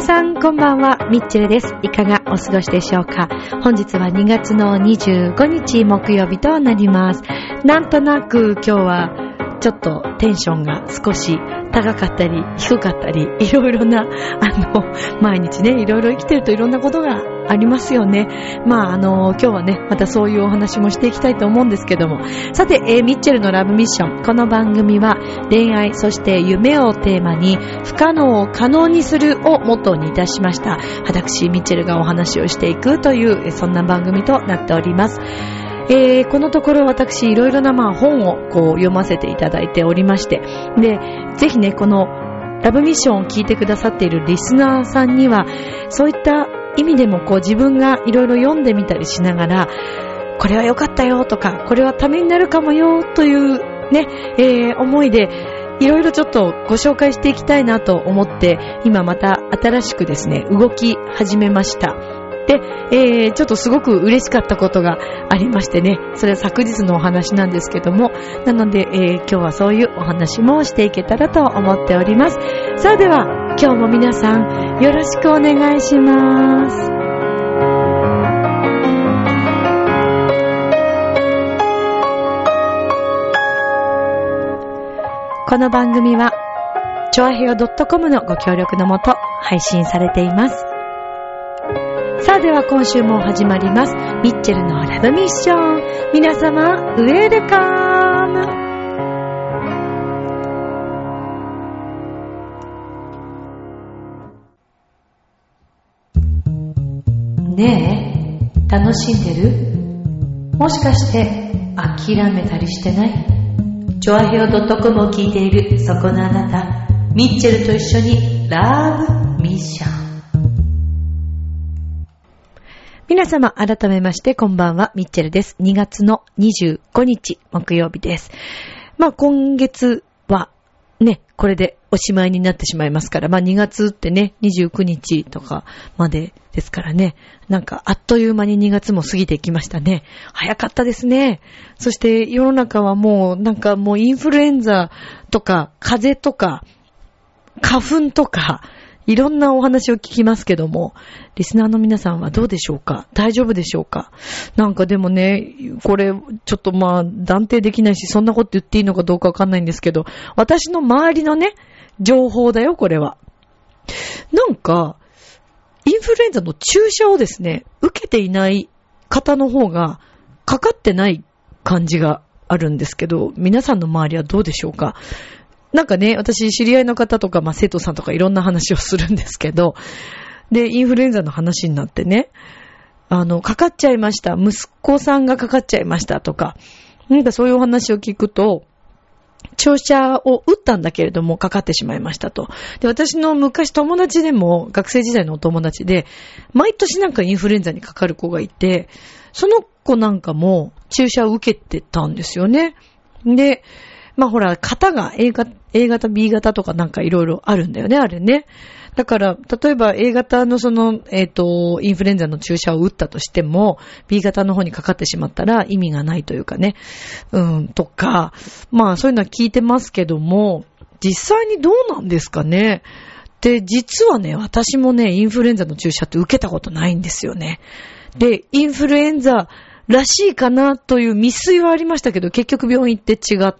さんこんばんは、ミッチェルです。いかがお過ごしでしょうか。本日は2月の25日木曜日となります。なんとなく今日はちょっとテンションが少し高かったり低かったり、いろいろな毎日ね、いろいろ生きてるといろんなことがありますよね。今日はね、またそういうお話もしていきたいと思うんですけども、さて、ミッチェルのラブミッション、この番組は恋愛そして夢をテーマに不可能を可能にするをモットーにいたしました。私ミッチェルがお話をしていくというそんな番組となっております。このところ私いろいろな本を読ませていただいておりまして、でぜひね、このラブミッションを聞いてくださっているリスナーさんにはそういった意味でも自分がいろいろ読んでみたりしながら、これは良かったよとか、これはためになるかもよというね、思いでいろいろちょっとご紹介していきたいなと思って、今また新しくですね動き始めました。で、ちょっとすごく嬉しかったことがありましてね、それは昨日のお話なんですけども、なので、今日はそういうお話もしていけたらと思っております。さあでは今日も皆さんよろしくお願いします。この番組はちょあへよ .com のご協力のもと配信されています。さあでは今週も始まります、ミッチェルのラブミッション。皆様ウェルカム。ねえ、楽しんでる？もしかして諦めたりしてない？ちょあへよ .com を聞いているそこのあなた、ミッチェルと一緒にラブミッション。皆様改めましてこんばんは、ミッチェルです。2月の25日木曜日です。今月はね、これでおしまいになってしまいますから、2月ってね29日とかまでですからね、なんかあっという間に2月も過ぎていきましたね。早かったですね。そして世の中はもうインフルエンザとか風邪とか花粉とかいろんなお話を聞きますけども、リスナーの皆さんはどうでしょうか？大丈夫でしょうか？でもね、これちょっと断定できないし、そんなこと言っていいのかどうかわかんないんですけど、私の周りのね情報だよ、これは。インフルエンザの注射をですね受けていない方の方がかかってない感じがあるんですけど、皆さんの周りはどうでしょうか？私知り合いの方とか、生徒さんとかいろんな話をするんですけど、で、インフルエンザの話になってね、かかっちゃいました。息子さんがかかっちゃいましたとか、そういうお話を聞くと、注射を打ったんだけれどもかかってしまいましたと。で、私の昔友達でも、学生時代のお友達で、毎年インフルエンザにかかる子がいて、その子も注射を受けてたんですよね。で、型が A 型、B 型とかいろいろあるんだよね、あれね。だから、例えば A 型のインフルエンザの注射を打ったとしても、B 型の方にかかってしまったら意味がないというかね。とか、そういうのは聞いてますけども、実際にどうなんですかね。で、実はね、私もね、インフルエンザの注射って受けたことないんですよね。で、インフルエンザらしいかなという未遂はありましたけど、結局病院行って違って、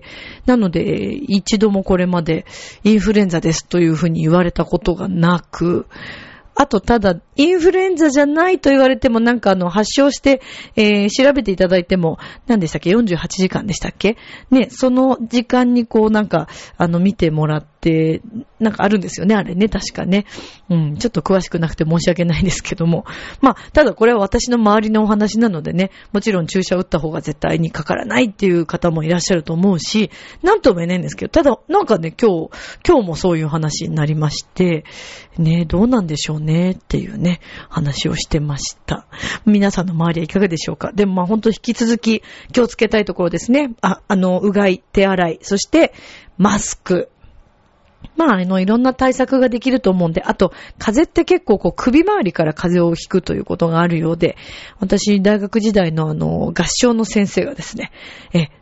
なので一度もこれまでインフルエンザですというふうに言われたことがなく、あとただインフルエンザじゃないと言われても発症して、調べていただいても何でしたっけ、48時間でしたっけね、その時間に見てもらってあるんですよね、あれね、確かね。ちょっと詳しくなくて申し訳ないですけども、ただこれは私の周りのお話なのでね、もちろん注射打った方が絶対にかからないっていう方もいらっしゃると思うし、なんとも言えないんですけど、ただ今日もそういう話になりましてね、どうなんでしょうねっていうね話をしてました。皆さんの周りはいかがでしょうか。でも本当引き続き気をつけたいところですね。うがい、手洗い、そしてマスク。いろんな対策ができると思うんで、あと、風邪って結構首周りから風邪をひくということがあるようで、私、大学時代の合唱の先生がですね、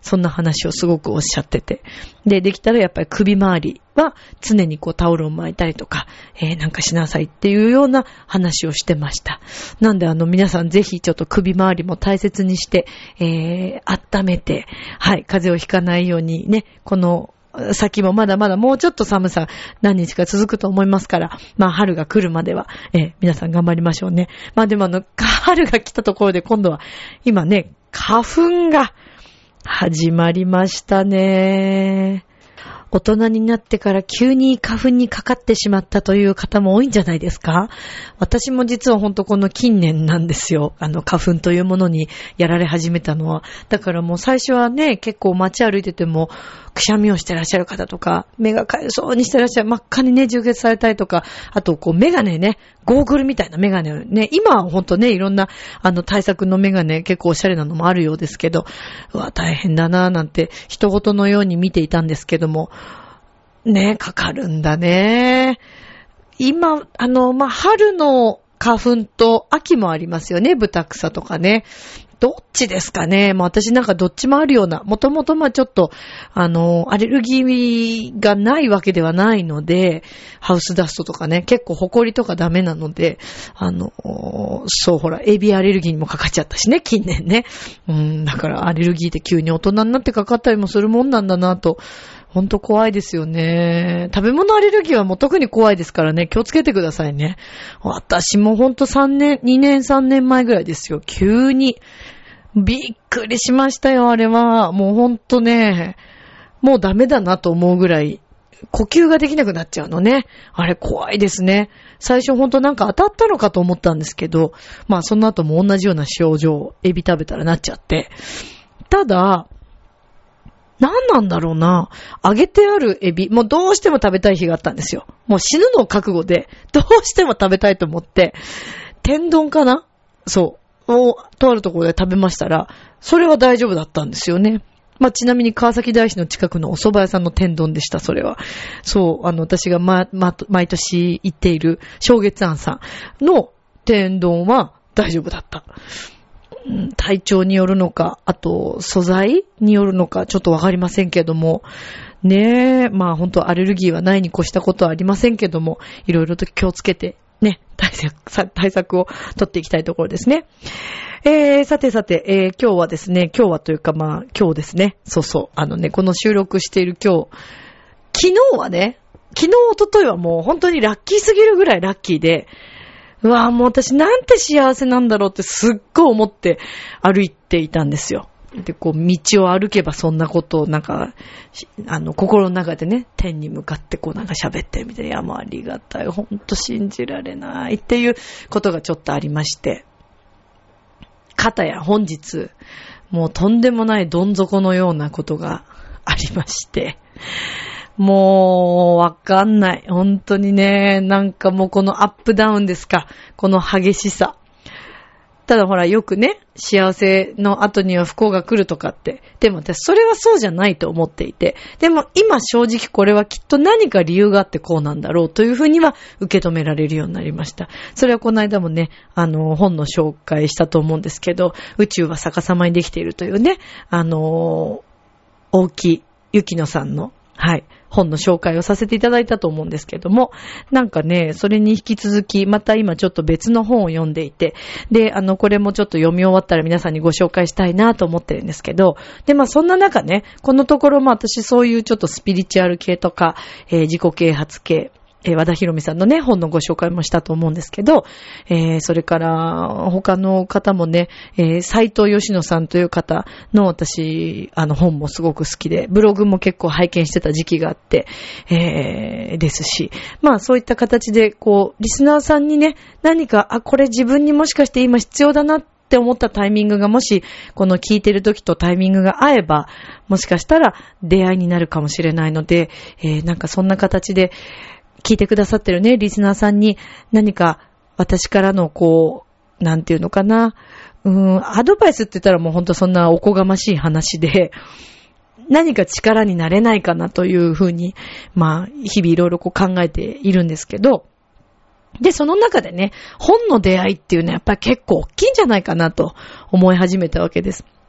そんな話をすごくおっしゃってて。できたらやっぱり首周りは常にこうタオルを巻いたりとか、なんかしなさいっていうような話をしてました。なんで皆さんぜひちょっと首周りも大切にして、温めて、はい、風邪をひかないようにね、この先もまだまだもうちょっと寒さ何日か続くと思いますから、まあ春が来るまでは、皆さん頑張りましょうね。まあでも春が来たところで今度は今ね、花粉が始まりましたね。大人になってから急に花粉にかかってしまったという方も多いんじゃないですか？私も実は本当この近年なんですよ。花粉というものにやられ始めたのは。だからもう最初はね、結構街歩いてても、くしゃみをしてらっしゃる方とか、目がかゆそうにしてらっしゃる、真っ赤にね、充血されたりとか、あとこうメガネね、ゴーグルみたいなメガネをね、今はほんとね、いろんな対策のメガネ結構おしゃれなのもあるようですけど、うわ、大変だなぁなんて、人事のように見ていたんですけども、ね、かかるんだね。今、春の花粉と秋もありますよね、ブタクサとかね。どっちですかね。私なんかどっちもあるような、もともとちょっと、アレルギーがないわけではないので、ハウスダストとかね、結構ホコリとかダメなので、そうほら、エビアレルギーにもかかっちゃったしね、近年ね。だからアレルギーって急に大人になってかかったりもするもんなんだなと、ほんと怖いですよね。食べ物アレルギーはもう特に怖いですからね、気をつけてくださいね。私もほんと2年3年前ぐらいですよ。急に。びっくりしましたよ、あれは。もうほんとね、もうダメだなと思うぐらい、呼吸ができなくなっちゃうのね。あれ怖いですね。最初ほんとなんか当たったのかと思ったんですけど、その後も同じような症状、エビ食べたらなっちゃって。ただ、何なんだろうな。揚げてあるエビ、もうどうしても食べたい日があったんですよ。もう死ぬのを覚悟で、どうしても食べたいと思って、天丼かな？そう。を、とあるところで食べましたら、それは大丈夫だったんですよね。ちなみに川崎大師の近くのお蕎麦屋さんの天丼でした、それは。そう、私が毎年行っている正月庵さんの天丼は大丈夫だった。体調によるのか、あと素材によるのかちょっとわかりませんけども、ねえ、本当アレルギーはないに越したことはありませんけども、いろいろと気をつけてね、対策を取っていきたいところですね。さて、今日はですね、今日ですね、そう、この収録している今日、昨日、一昨日はもう本当にラッキーすぎるぐらいラッキーで、うわぁ、もう私なんて幸せなんだろうってすっごい思って歩いていたんですよ。で、こう、道を歩けばそんなことを心の中でね、天に向かって喋ってるみたいな、いや、もうありがたい、ほんと信じられないっていうことがちょっとありまして、片や本日、もうとんでもないどん底のようなことがありまして、もう、わかんない。本当にね、もうこのアップダウンですか。この激しさ。ただほら、よくね、幸せの後には不幸が来るとかって。でも私、それはそうじゃないと思っていて。でも今正直これはきっと何か理由があってこうなんだろうというふうには受け止められるようになりました。それはこの間もね、本の紹介したと思うんですけど、宇宙は逆さまにできているというね、大木雪乃さんの、はい。本の紹介をさせていただいたと思うんですけども、それに引き続き、また今ちょっと別の本を読んでいて、で、これもちょっと読み終わったら皆さんにご紹介したいなと思ってるんですけど、で、そんな中ね、このところ私そういうちょっとスピリチュアル系とか、自己啓発系、和田博美さんのね、本のご紹介もしたと思うんですけど、それから他の方もね、斉藤義乃さんという方の私、本もすごく好きで、ブログも結構拝見してた時期があって、ですし、そういった形で、リスナーさんにね、何か、これ自分にもしかして今必要だなって思ったタイミングがもし、この聞いてる時とタイミングが合えば、もしかしたら出会いになるかもしれないので、そんな形で、聞いてくださってるね、リスナーさんに何か私からのなんていうのかな、アドバイスって言ったらもうほんとそんなおこがましい話で、何か力になれないかなというふうに、日々いろいろ考えているんですけど、で、その中でね、本の出会いっていうのはやっぱり結構大きいんじゃないかなと思い始めたわけです。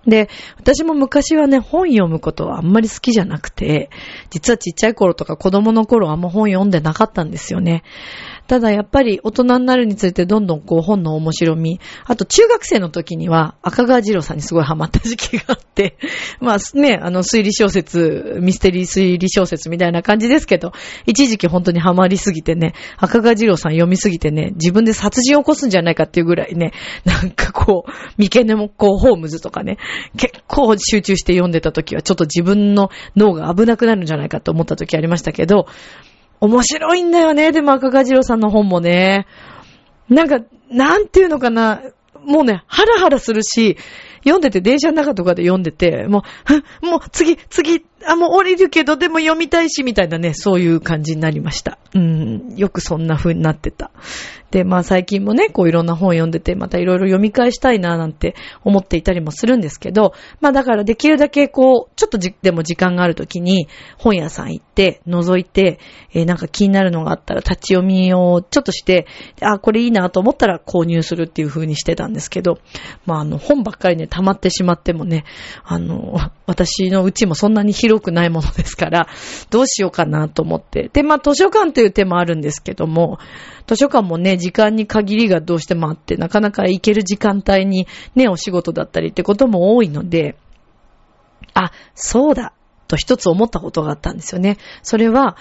で、私も昔はね、本読むことはあんまり好きじゃなくて、実はちっちゃい頃とか子供の頃はあんま本読んでなかったんですよね。ただやっぱり大人になるにつれてどんどんこう本の面白み、あと中学生の時には赤川次郎さんにすごいハマった時期があって、まあね、推理小説、ミステリー推理小説みたいな感じですけど、一時期本当にハマりすぎてね、赤川次郎さん読みすぎてね、自分で殺人を起こすんじゃないかっていうぐらいね、なんかこう、三毛猫ホームズとかね、結構集中して読んでた時はちょっと自分の脳が危なくなるんじゃないかと思った時ありましたけど、面白いんだよね。でも赤川次郎さんの本もね。なんか、なんていうのかな。もうね、ハラハラするし、読んでて電車の中とかで読んでて、もう次、もう降りるけどでも読みたいし、みたいなね、そういう感じになりました。よくそんな風になってた。で、まあ最近もね、こういろんな本読んでて、またいろいろ読み返したいななんて思っていたりもするんですけど、まあだからできるだけこう、ちょっとでも時間があるときに、本屋さん行って、覗いて、なんか気になるのがあったら立ち読みをちょっとして、これいいなと思ったら購入するっていう風にしてたんですけど、まあ本ばっかりね、溜まってしまってもね、私のうちもそんなに広くないものですから、どうしようかなと思って。で、まあ図書館という手もあるんですけども、図書館もね、時間に限りがどうしてもあって、なかなか行ける時間帯にね、お仕事だったりってことも多いので、そうだと一つ思ったことがあったんですよね。それは、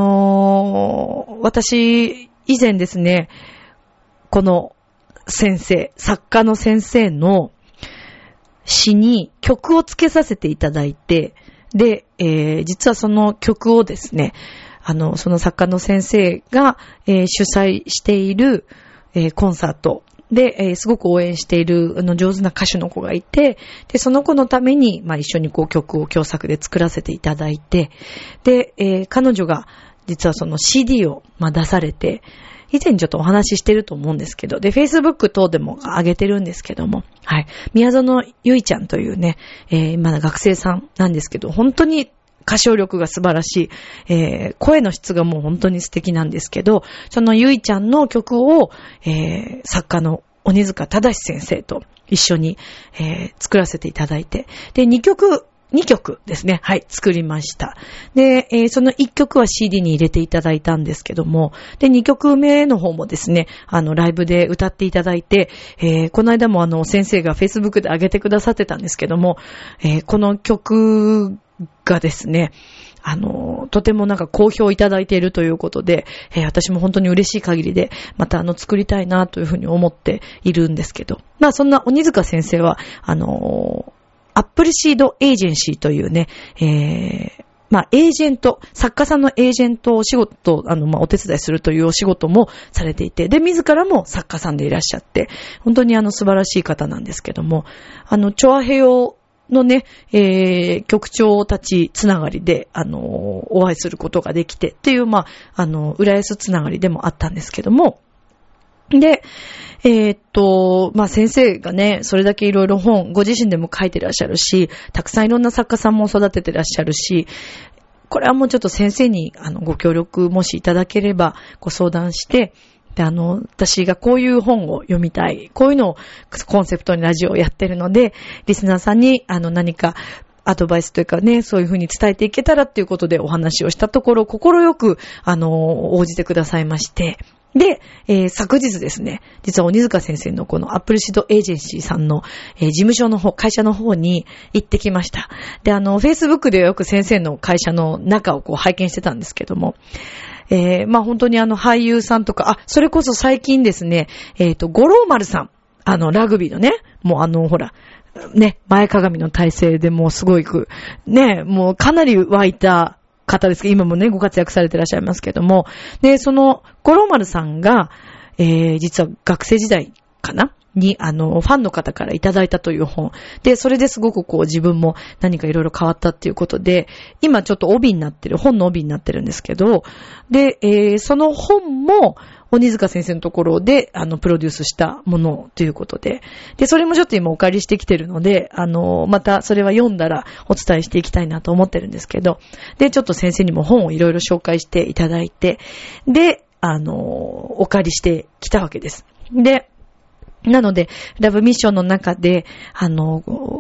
私、以前ですね、この先生、作家の先生の詩に曲をつけさせていただいて、で、実はその曲をですね、その作家の先生が、主催している、コンサートで、すごく応援している上手な歌手の子がいて、で、その子のために、まあ、一緒にこう曲を共作で作らせていただいて、で、彼女が実はその CD を、まあ、出されて、以前ちょっとお話ししてると思うんですけど、で、Facebook 等でも上げてるんですけども、はい。宮園ゆいちゃんというね、まだ学生さんなんですけど、本当に歌唱力が素晴らしい、声の質がもう本当に素敵なんですけど、そのゆいちゃんの曲を、作家の鬼塚正先生と一緒に、作らせていただいて、で、2曲ですね。はい、作りました。で、その1曲は CD に入れていただいたんですけども、で、2曲目の方もですね、ライブで歌っていただいて、この間も先生が Facebook で上げてくださってたんですけども、この曲がですね、とてもなんか好評いただいているということで、私も本当に嬉しい限りで、また作りたいなというふうに思っているんですけど、まあそんな鬼塚先生は、アップルシードエージェンシーというね、まあ、エージェント、作家さんのエージェントお仕事、まあ、お手伝いするというお仕事もされていて、で、自らも作家さんでいらっしゃって、本当に素晴らしい方なんですけども、チョアヘヨのね、局長たちつながりで、お会いすることができて、っていう、まあ、浦安つながりでもあったんですけども、で、まあ、先生がね、それだけいろいろ本、ご自身でも書いてらっしゃるし、たくさんいろんな作家さんも育ててらっしゃるし、これはもうちょっと先生に、ご協力もしいただければ、ご相談して、で、私がこういう本を読みたい、こういうのをコンセプトにラジオをやってるので、リスナーさんに、何か、アドバイスというかね、そういうふうに伝えていけたらっていうことでお話をしたところ、心よく、応じてくださいまして、で、昨日ですね、実は鬼塚先生のこのアップルシードエージェンシーさんの、事務所の方、会社の方に行ってきました。で、Facebook でよく先生の会社の中をこう拝見してたんですけども、まあ本当に俳優さんとか、それこそ最近ですね、五郎丸さん、ラグビーのね、もうほら、ね、前かがみの体勢でもうすごいね、もうかなり湧いた方ですけど、今もね、ご活躍されていらっしゃいますけども、で、その、五郎丸さんが、実は学生時代かなに、ファンの方からいただいたという本。で、それですごくこう自分も何かいろいろ変わったっていうことで、今ちょっと本の帯になってるんですけど、で、その本も、鬼塚先生のところで、プロデュースしたものということで。で、それもちょっと今お借りしてきてるので、またそれは読んだらお伝えしていきたいなと思ってるんですけど、で、ちょっと先生にも本をいろいろ紹介していただいて、で、お借りしてきたわけです。で、なので、ラブミッションの中で、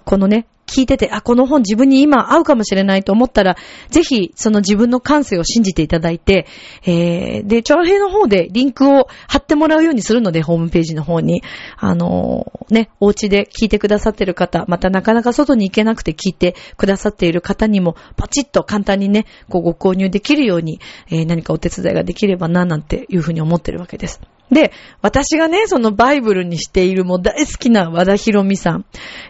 このね、聞いてて、この本自分に今合うかもしれないと思ったら、ぜひその自分の感性を信じていただいて、で、チョアヘイの方でリンクを貼ってもらうようにするので、ホームページの方に。ね、お家で聞いてくださっている方、またなかなか外に行けなくて聞いてくださっている方にも、パチッと簡単にね、ご購入できるように、何かお手伝いができればな、なんていうふうに思ってるわけです。で、私がね、そのバイブルにしているもう大好きな和田博美さん、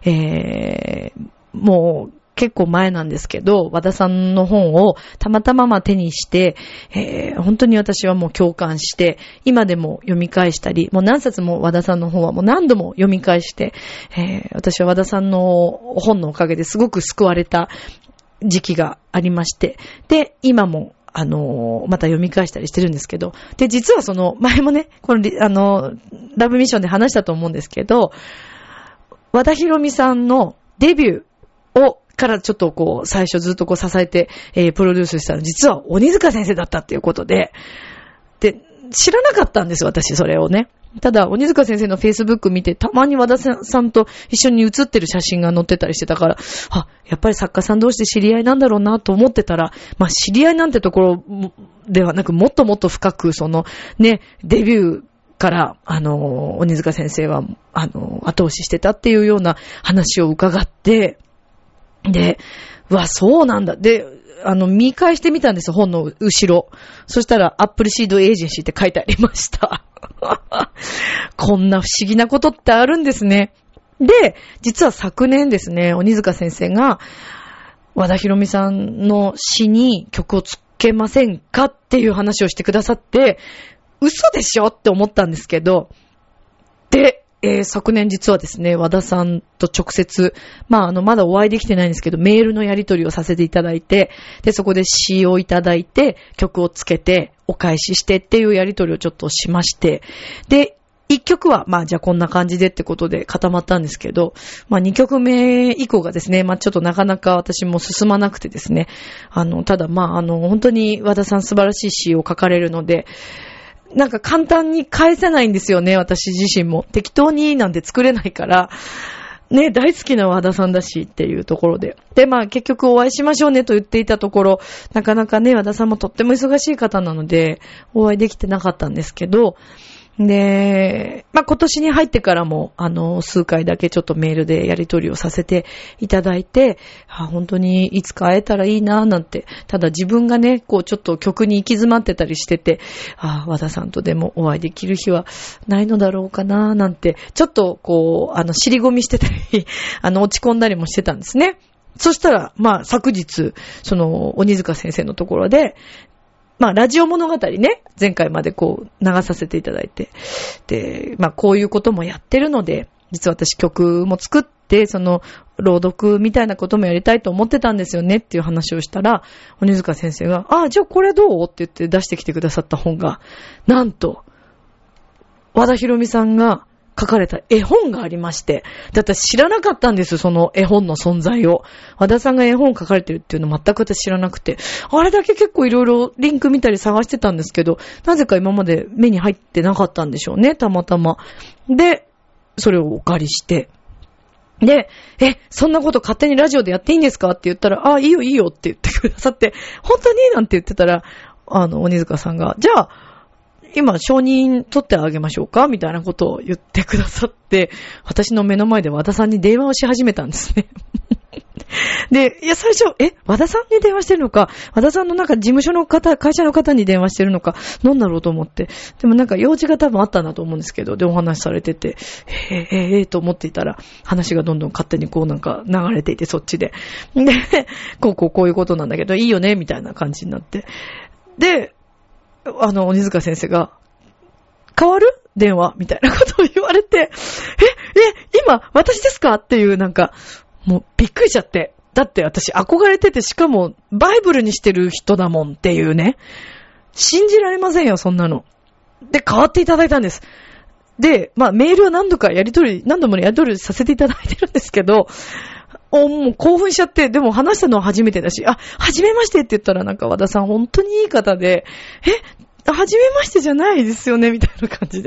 もう結構前なんですけど、和田さんの本をたまたま手にして、本当に私はもう共感して、今でも読み返したり、もう何冊も和田さんの本はもう何度も読み返して、私は和田さんの本のおかげですごく救われた時期がありまして、で、今もまた読み返したりしてるんですけど、で、実はその、前もね、この、ラブミッションで話したと思うんですけど、和田博美さんのデビューからちょっとこう、最初ずっとこう支えて、プロデュースしたの、実は鬼塚先生だったっていうことで、で、知らなかったんです、私、それをね。ただ、鬼塚先生の Facebook 見て、たまに和田さんと一緒に写ってる写真が載ってたりしてたから、やっぱり作家さん同士で知り合いなんだろうなと思ってたら、まあ、知り合いなんてところではなく、もっともっと深く、その、ね、デビューから、鬼塚先生は、後押ししてたっていうような話を伺って、で、そうなんだ。で、見返してみたんです、本の後ろ。そしたら、アップルシードエージェンシーって書いてありました。こんな不思議なことってあるんですね。で、実は昨年ですね、鬼塚先生が、和田博美さんの詩に曲をつけませんかっていう話をしてくださって、嘘でしょって思ったんですけど、で、昨年実はですね、和田さんと直接、まだお会いできてないんですけど、メールのやり取りをさせていただいて、で、そこで詩をいただいて、曲をつけて、お返ししてっていうやり取りをちょっとしまして、で、1曲は、じゃあこんな感じでってことで固まったんですけど、2曲目以降がですね、ちょっとなかなか私も進まなくてですね、ただ本当に和田さん素晴らしい詩を書かれるので、なんか簡単に返せないんですよね、私自身も。適当になんて作れないから、ね、大好きな和田さんだしっていうところで。で、結局お会いしましょうねと言っていたところ、なかなかね、和田さんもとっても忙しい方なので、お会いできてなかったんですけど、で、今年に入ってからも、数回だけちょっとメールでやり取りをさせていただいて、本当にいつか会えたらいいななんて、ただ自分がね、こうちょっと曲に行き詰まってたりしてて、和田さんとでもお会いできる日はないのだろうかななんて、ちょっとこう、尻込みしてたり、落ち込んだりもしてたんですね。そしたら、昨日、その、鬼塚先生のところで、ラジオ物語ね、前回までこう流させていただいて。で、こういうこともやってるので、実は私曲も作って、その、朗読みたいなこともやりたいと思ってたんですよねっていう話をしたら、鬼塚先生が、じゃあこれどうって言って出してきてくださった本が、なんと、和田博美さんが、書かれた絵本がありまして、だって知らなかったんです、その絵本の存在を。和田さんが絵本書かれてるっていうの全く私知らなくて、あれだけ結構いろいろリンク見たり探してたんですけど、なぜか今まで目に入ってなかったんでしょうね、たまたま。で、それをお借りして、で、そんなこと勝手にラジオでやっていいんですかって言ったら、いいよいいよって言ってくださって、本当になんて言ってたら、鬼塚さんが、じゃあ、今承認取ってあげましょうかみたいなことを言ってくださって、私の目の前で和田さんに電話をし始めたんですね。で、最初、和田さんに電話してるのか、和田さんの事務所の方、会社の方に電話してるのか、なんだろうと思って。でも用事が多分あったんだと思うんですけど、で、お話しされてて、と思っていたら、話がどんどん勝手にこう流れていて、そっちで。で、こういうことなんだけど、いいよねみたいな感じになって。で、鬼塚先生が、変わる電話みたいなことを言われて、今、私ですかっていうもうびっくりしちゃって。だって私憧れてて、しかもバイブルにしてる人だもんっていうね。信じられませんよ、そんなの。で、変わっていただいたんです。で、メールは何度もやり取りさせていただいてるんですけど、もう興奮しちゃって、でも話したのは初めてだし、はじめましてって言ったら和田さん本当にいい方で、はじめましてじゃないですよねみたいな感じで。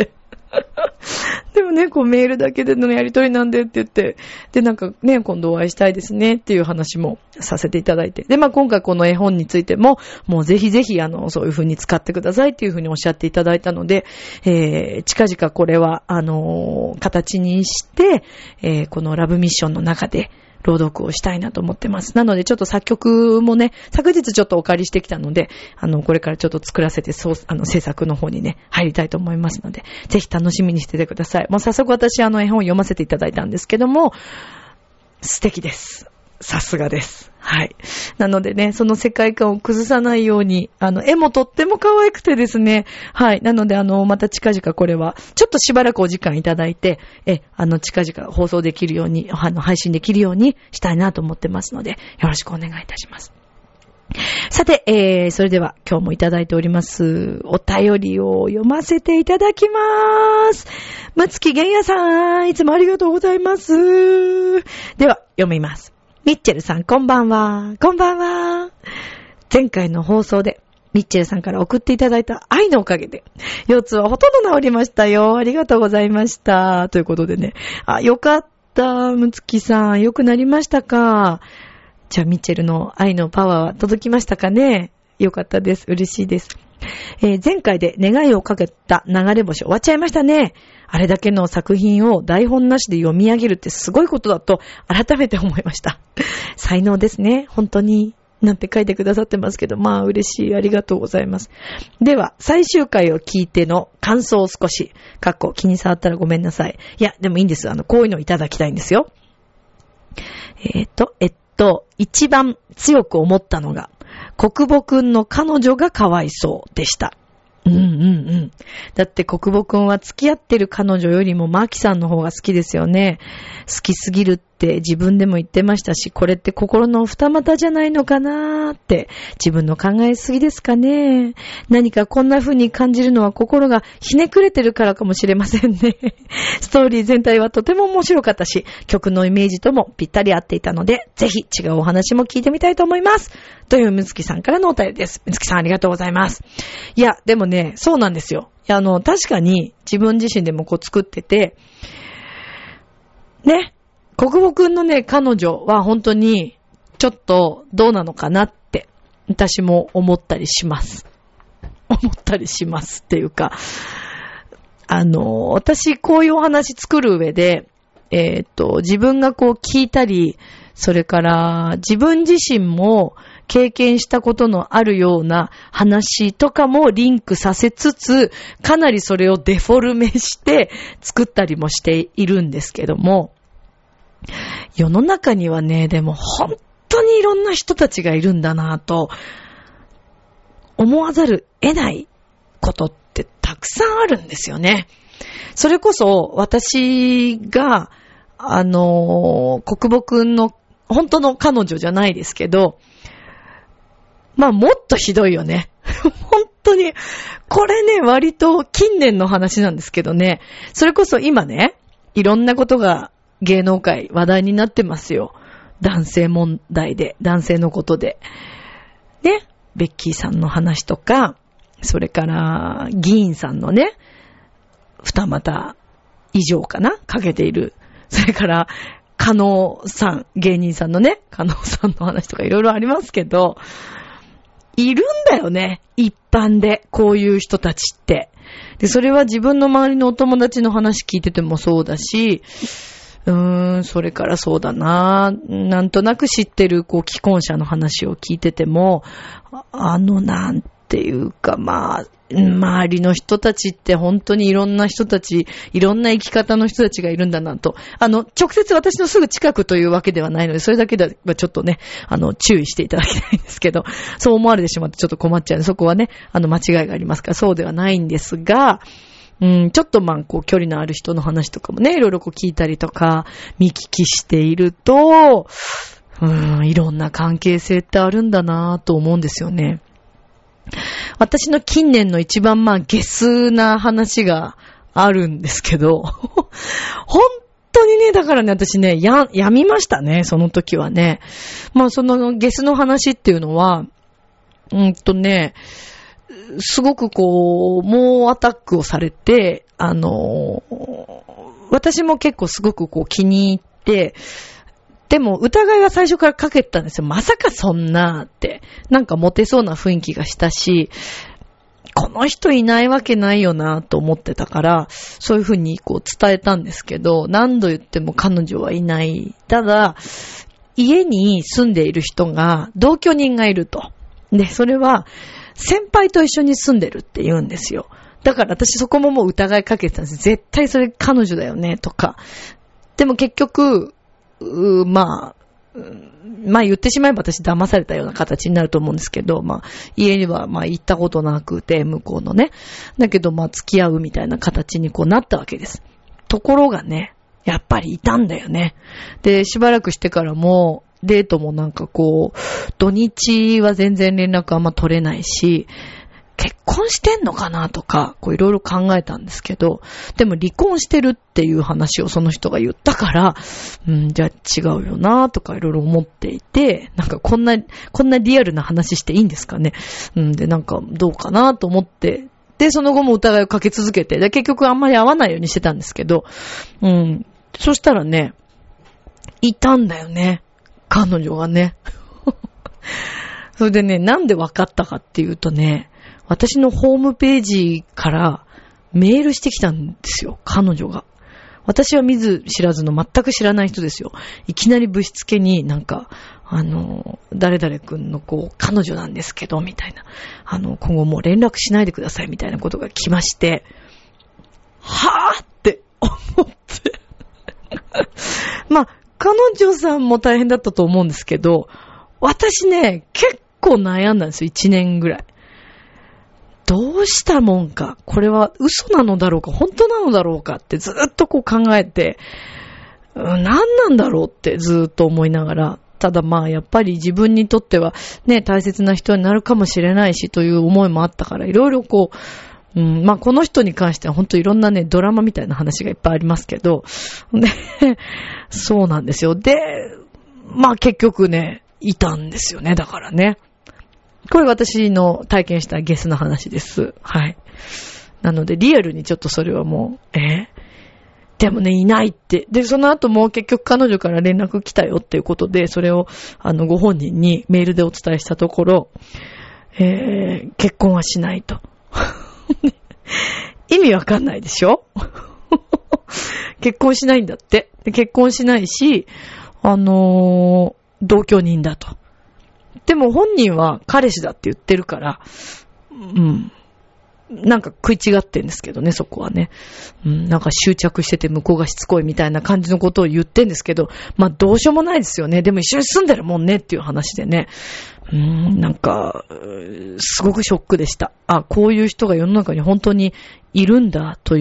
でもね、こうメールだけでのやりとりなんでって言って、で、なんかね、今度お会いしたいですねっていう話もさせていただいて。で、今回この絵本についても、もうぜひぜひそういう風に使ってくださいっていう風におっしゃっていただいたので、近々これは、形にして、このラブミッションの中で、朗読をしたいなと思ってます。なのでちょっと作曲もね、昨日ちょっとお借りしてきたので、これからちょっと作らせて、制作の方にね、入りたいと思いますので、ぜひ楽しみにしててください。もう早速私絵本を読ませていただいたんですけども、素敵です。さすがです。はい。なのでね、その世界観を崩さないように、絵もとっても可愛くてですね。はい。なので、また近々これは、ちょっとしばらくお時間いただいて、近々放送できるように、配信できるようにしたいなと思ってますので、よろしくお願いいたします。さて、それでは今日もいただいております、お便りを読ませていただきます。むつきげんやさん、いつもありがとうございます。では、読みます。ミッチェルさん、こんばんは。こんばんは。前回の放送で、ミッチェルさんから送っていただいた愛のおかげで、腰痛はほとんど治りましたよ。ありがとうございました。ということでね。よかった。むつきさん、よくなりましたか。じゃあ、ミッチェルの愛のパワーは届きましたかね。よかったです。嬉しいです。前回で願いをかけた流れ星終わっちゃいましたね。あれだけの作品を台本なしで読み上げるってすごいことだと改めて思いました。才能ですね。本当に。なんて書いてくださってますけど、嬉しい。ありがとうございます。では、最終回を聞いての感想を少し、気に障ったらごめんなさい。いや、でもいいんです。こういうのいただきたいんですよ。一番強く思ったのが、国母くんの彼女がかわいそうでした。だって国母くんは付き合ってる彼女よりもマキさんの方が好きですよね。好きすぎるって自分でも言ってましたし、これって心の二股じゃないのかなーって自分の考えすぎですかね。何かこんな風に感じるのは心がひねくれてるからかもしれませんね。ストーリー全体はとても面白かったし、曲のイメージともぴったり合っていたので、ぜひ違うお話も聞いてみたいと思います。というむつきさんからのお便りです。むつきさんありがとうございます。いや、でもね、そうなんですよ。確かに自分自身でも作ってて、ね、国母くんのね、彼女は本当にちょっとどうなのかなって、私も思ったりします。っていうか、私こういうお話作る上で、自分が聞いたり、それから自分自身も経験したことのあるような話とかもリンクさせつつ、かなりそれをデフォルメして作ったりもしているんですけども、世の中にはね、でも本当にいろんな人たちがいるんだなぁと思わざる得ないことってたくさんあるんですよね。それこそ私が国母くんの本当の彼女じゃないですけど、もっとひどいよね。本当に。これね、割と近年の話なんですけどね。それこそ今ね、いろんなことが芸能界話題になってますよ。男性問題で、男性のことで。ね、ベッキーさんの話とか、それから議員さんのね、二股以上かなかけている。それから、加納さん、芸人さんのね、加納さんの話とかいろいろありますけど、いるんだよね。一般で、こういう人たちって。で、それは自分の周りのお友達の話聞いててもそうだし、それからそうだな、なんとなく知ってる、既婚者の話を聞いてても、なんていうか、周りの人たちって本当にいろんな人たち、いろんな生き方の人たちがいるんだなと。直接私のすぐ近くというわけではないので、それだけではちょっとね、注意していただきたいんですけど、そう思われてしまってちょっと困っちゃうので、そこはね、間違いがありますから、そうではないんですが、ちょっと距離のある人の話とかもね、いろいろ聞いたりとか、見聞きしていると、いろんな関係性ってあるんだなと思うんですよね。私の近年の一番下数な話があるんですけど、本当にね、だからね、私ね、やみましたね、その時はね。そのゲスの話っていうのは、 すごくこう、猛アタックをされて、私も結構すごくこう気に入って、でも疑いは最初からかけてたんですよ。まさかそんなって。なんかモテそうな雰囲気がしたし、この人いないわけないよなと思ってたから、そういうふうにこう伝えたんですけど、何度言っても彼女はいない。ただ、家に住んでいる人が、同居人がいると。で、それは、先輩と一緒に住んでるって言うんですよ。だから私そこももう疑いかけてたんです。絶対それ彼女だよね、とか。でも結局、まあ言ってしまえば私騙されたような形になると思うんですけど、家には行ったことなくて、向こうのね。だけど付き合うみたいな形にこうなったわけです。ところがね、やっぱりいたんだよね。で、しばらくしてからも、デートもなんかこう、土日は全然連絡あんま取れないし、結婚してんのかなとか、こういろいろ考えたんですけど、でも離婚してるっていう話をその人が言ったから、じゃあ違うよなとかいろいろ思っていて、なんかこんなリアルな話していいんですかね。で、なんかどうかなと思って、で、その後も疑いをかけ続けて、で、結局あんまり会わないようにしてたんですけど、そしたらね、いたんだよね。彼女がね。それでね、なんで分かったかっていうとね、私のホームページからメールしてきたんですよ、彼女が。私は見ず知らずの全く知らない人ですよ。いきなりぶしつけになんか、誰々くんのこう、彼女なんですけど、みたいな。今後もう連絡しないでください、みたいなことが来まして、はぁって思って。彼女さんも大変だったと思うんですけど、私ね、結構悩んだんですよ、1年ぐらい。どうしたもんか、これは嘘なのだろうか、本当なのだろうかってずっとこう考えて、何なんだろうってずっと思いながら、ただやっぱり自分にとってはね、大切な人になるかもしれないしという思いもあったから、いろいろこう、この人に関しては本当いろんなね、ドラマみたいな話がいっぱいありますけど、で、そうなんですよ。で、結局ね、いたんですよね、だからね。これ私の体験したゲスの話です。はい。なので、リアルにちょっとそれはもう、でもね、いないって。で、その後も結局彼女から連絡来たよっていうことで、それを、ご本人にメールでお伝えしたところ、結婚はしないと。意味わかんないでしょ結婚しないんだって。で結婚しないし、同居人だと。でも本人は彼氏だって言ってるから、なんか食い違ってんですけどね、そこはね。なんか執着してて向こうがしつこいみたいな感じのことを言ってんですけど、どうしようもないですよね。でも一緒に住んでるもんねっていう話でね。なんか、すごくショックでした。こういう人が世の中に本当にいるんだという、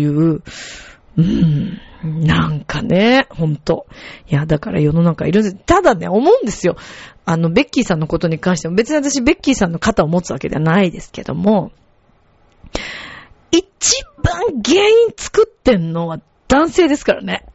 なんかね、本当。いや、だから世の中いるんです。ただね、思うんですよ。ベッキーさんのことに関しても、別に私ベッキーさんの肩を持つわけではないですけども、一番原因作ってんのは男性ですからね。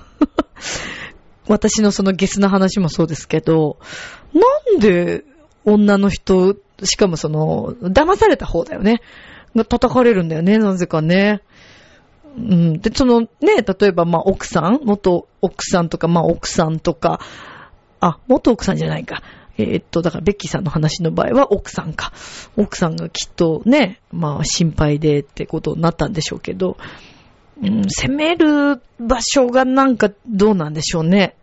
私のそのゲスな話もそうですけど、なんで女の人、しかも騙された方だよね。が叩かれるんだよね、なぜかね。で、例えば奥さん、元奥さんとか、奥さんとか、元奥さんじゃないか。だからベッキーさんの話の場合は奥さんか。奥さんがきっとね、心配でってことになったんでしょうけど、責める場所がなんかどうなんでしょうね。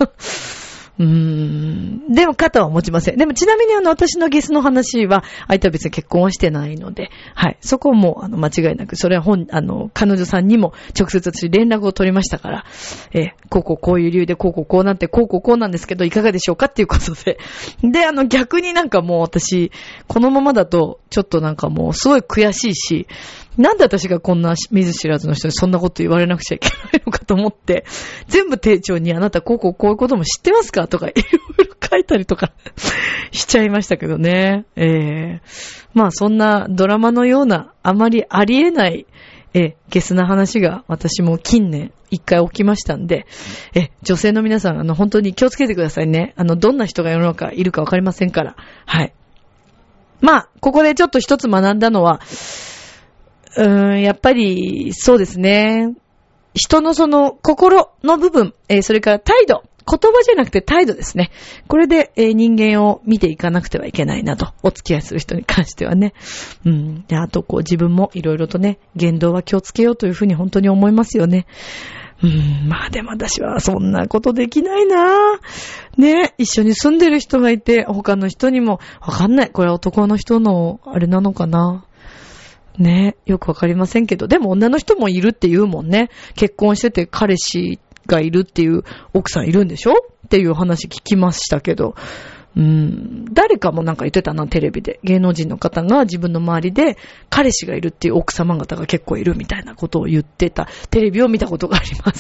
でも肩は持ちません。でもちなみに私のゲスの話は、相手は別に結婚はしてないので、はい。そこも間違いなく、それは彼女さんにも直接私連絡を取りましたから、こういう理由でこうなって、こうなんですけど、いかがでしょうかっていうことで。で、逆になんかもう私、このままだと、ちょっとなんかもうすごい悔しいし、なんで私がこんな見ず知らずの人にそんなこと言われなくちゃいけないのかと思って、全部丁重にあなたこういうことも知ってますかとかいろいろ書いたりとかしちゃいましたけどね。そんなドラマのようなあまりありえないゲスな話が私も近年一回起きましたんで、女性の皆さん本当に気をつけてくださいね。どんな人が世の中いるかわかりませんから。はい。 まあ、ここでちょっと一つ学んだのは、やっぱり、そうですね。人のその心の部分、それから態度。言葉じゃなくて態度ですね。これで、人間を見ていかなくてはいけないなと。お付き合いする人に関してはね。で、あと自分もいろいろとね、言動は気をつけようというふうに本当に思いますよね。まあでも私はそんなことできないなね、一緒に住んでる人がいて、他の人にもわかんない。これは男の人のあれなのかな。ね、よくわかりませんけど、でも女の人もいるって言うもんね。結婚してて彼氏がいるっていう奥さんいるんでしょっていう話聞きましたけど、誰かもなんか言ってたな、テレビで。芸能人の方が自分の周りで彼氏がいるっていう奥様方が結構いるみたいなことを言ってたテレビを見たことがあります。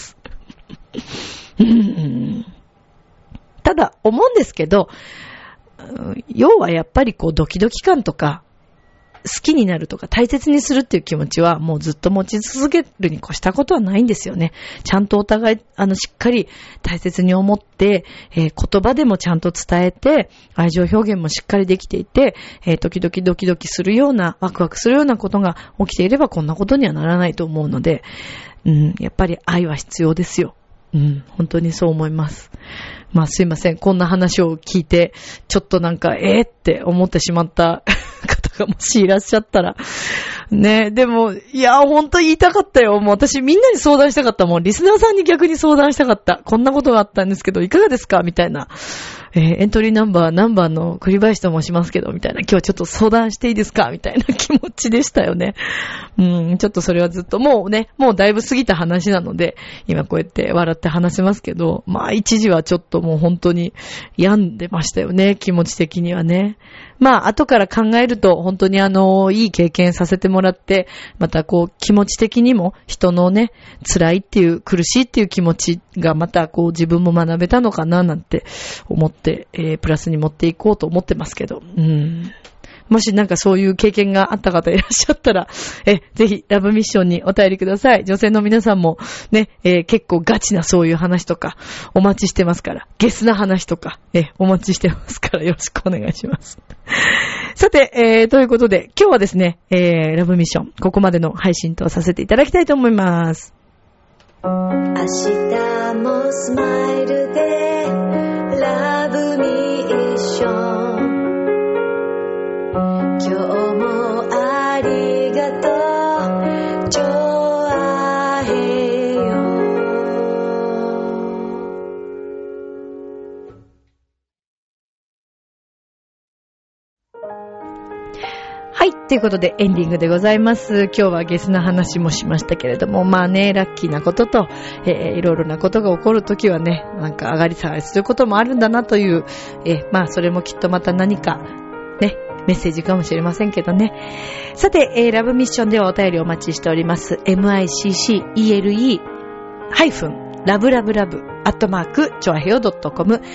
ただ思うんですけど、要はやっぱりドキドキ感とか好きになるとか大切にするっていう気持ちはもうずっと持ち続けるに越したことはないんですよね。ちゃんとお互いしっかり大切に思って、言葉でもちゃんと伝えて愛情表現もしっかりできていて、時々ドキドキするようなワクワクするようなことが起きていればこんなことにはならないと思うので、やっぱり愛は必要ですよ。本当にそう思います。まあすいません。こんな話を聞いて、ちょっとなんか、って思ってしまった方がもしいらっしゃったら。ね、でも、いや、本当言いたかったよ。もう私みんなに相談したかったもん。リスナーさんに逆に相談したかった。こんなことがあったんですけど、いかがですかみたいな。エントリーナンバー何番の栗林と申しますけど、みたいな。今日はちょっと相談していいですかみたいな気持ちでしたよね。ちょっとそれはずっと、もうだいぶ過ぎた話なので、今こうやって笑って話せますけど、まあ一時はちょっともう本当に病んでましたよね。気持ち的にはね。まあ後から考えると本当にいい経験させてもらって、また気持ち的にも人のね、辛いっていう苦しいっていう気持ちがまた自分も学べたのかななんて思って、プラスに持っていこうと思ってますけど、もしなんかそういう経験があった方いらっしゃったら、ぜひラブミッションにお便りください。女性の皆さんもね、結構ガチなそういう話とかお待ちしてますから、ゲスな話とかお待ちしてますからよろしくお願いします。さて、ということで今日はですね、ラブミッションここまでの配信とさせていただきたいと思います。 明日もスマイルでラブミッション、今日もありがとうジョアヘヨ。 はい、ということでエンディングでございます。今日はゲスな話もしましたけれども、まあね、ラッキーなことと、いろいろなことが起こるときはね、なんか上がり下がりすることもあるんだなという、まあそれもきっとまた何かね、メッセージかもしれませんけどね。さて、ラブミッションではお便りお待ちしております。miccele-love@choaheo.com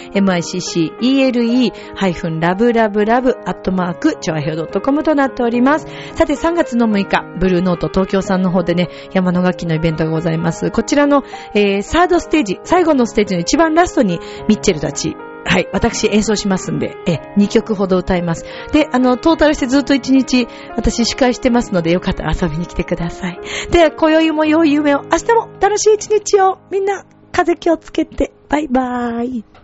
miccele-love@choaheo.com となっております。さて、3月の6日、ブルーノート東京さんの方でね、山の楽器のイベントがございます。こちらの、サードステージ、最後のステージの一番ラストにミッチェルたち、はい、私演奏しますんで、2曲ほど歌います。で、トータルしてずっと1日、私司会してますので、よかったら遊びに来てください。では、今宵も良い夢を、明日も楽しい一日を、みんな、風気をつけて、バイバーイ。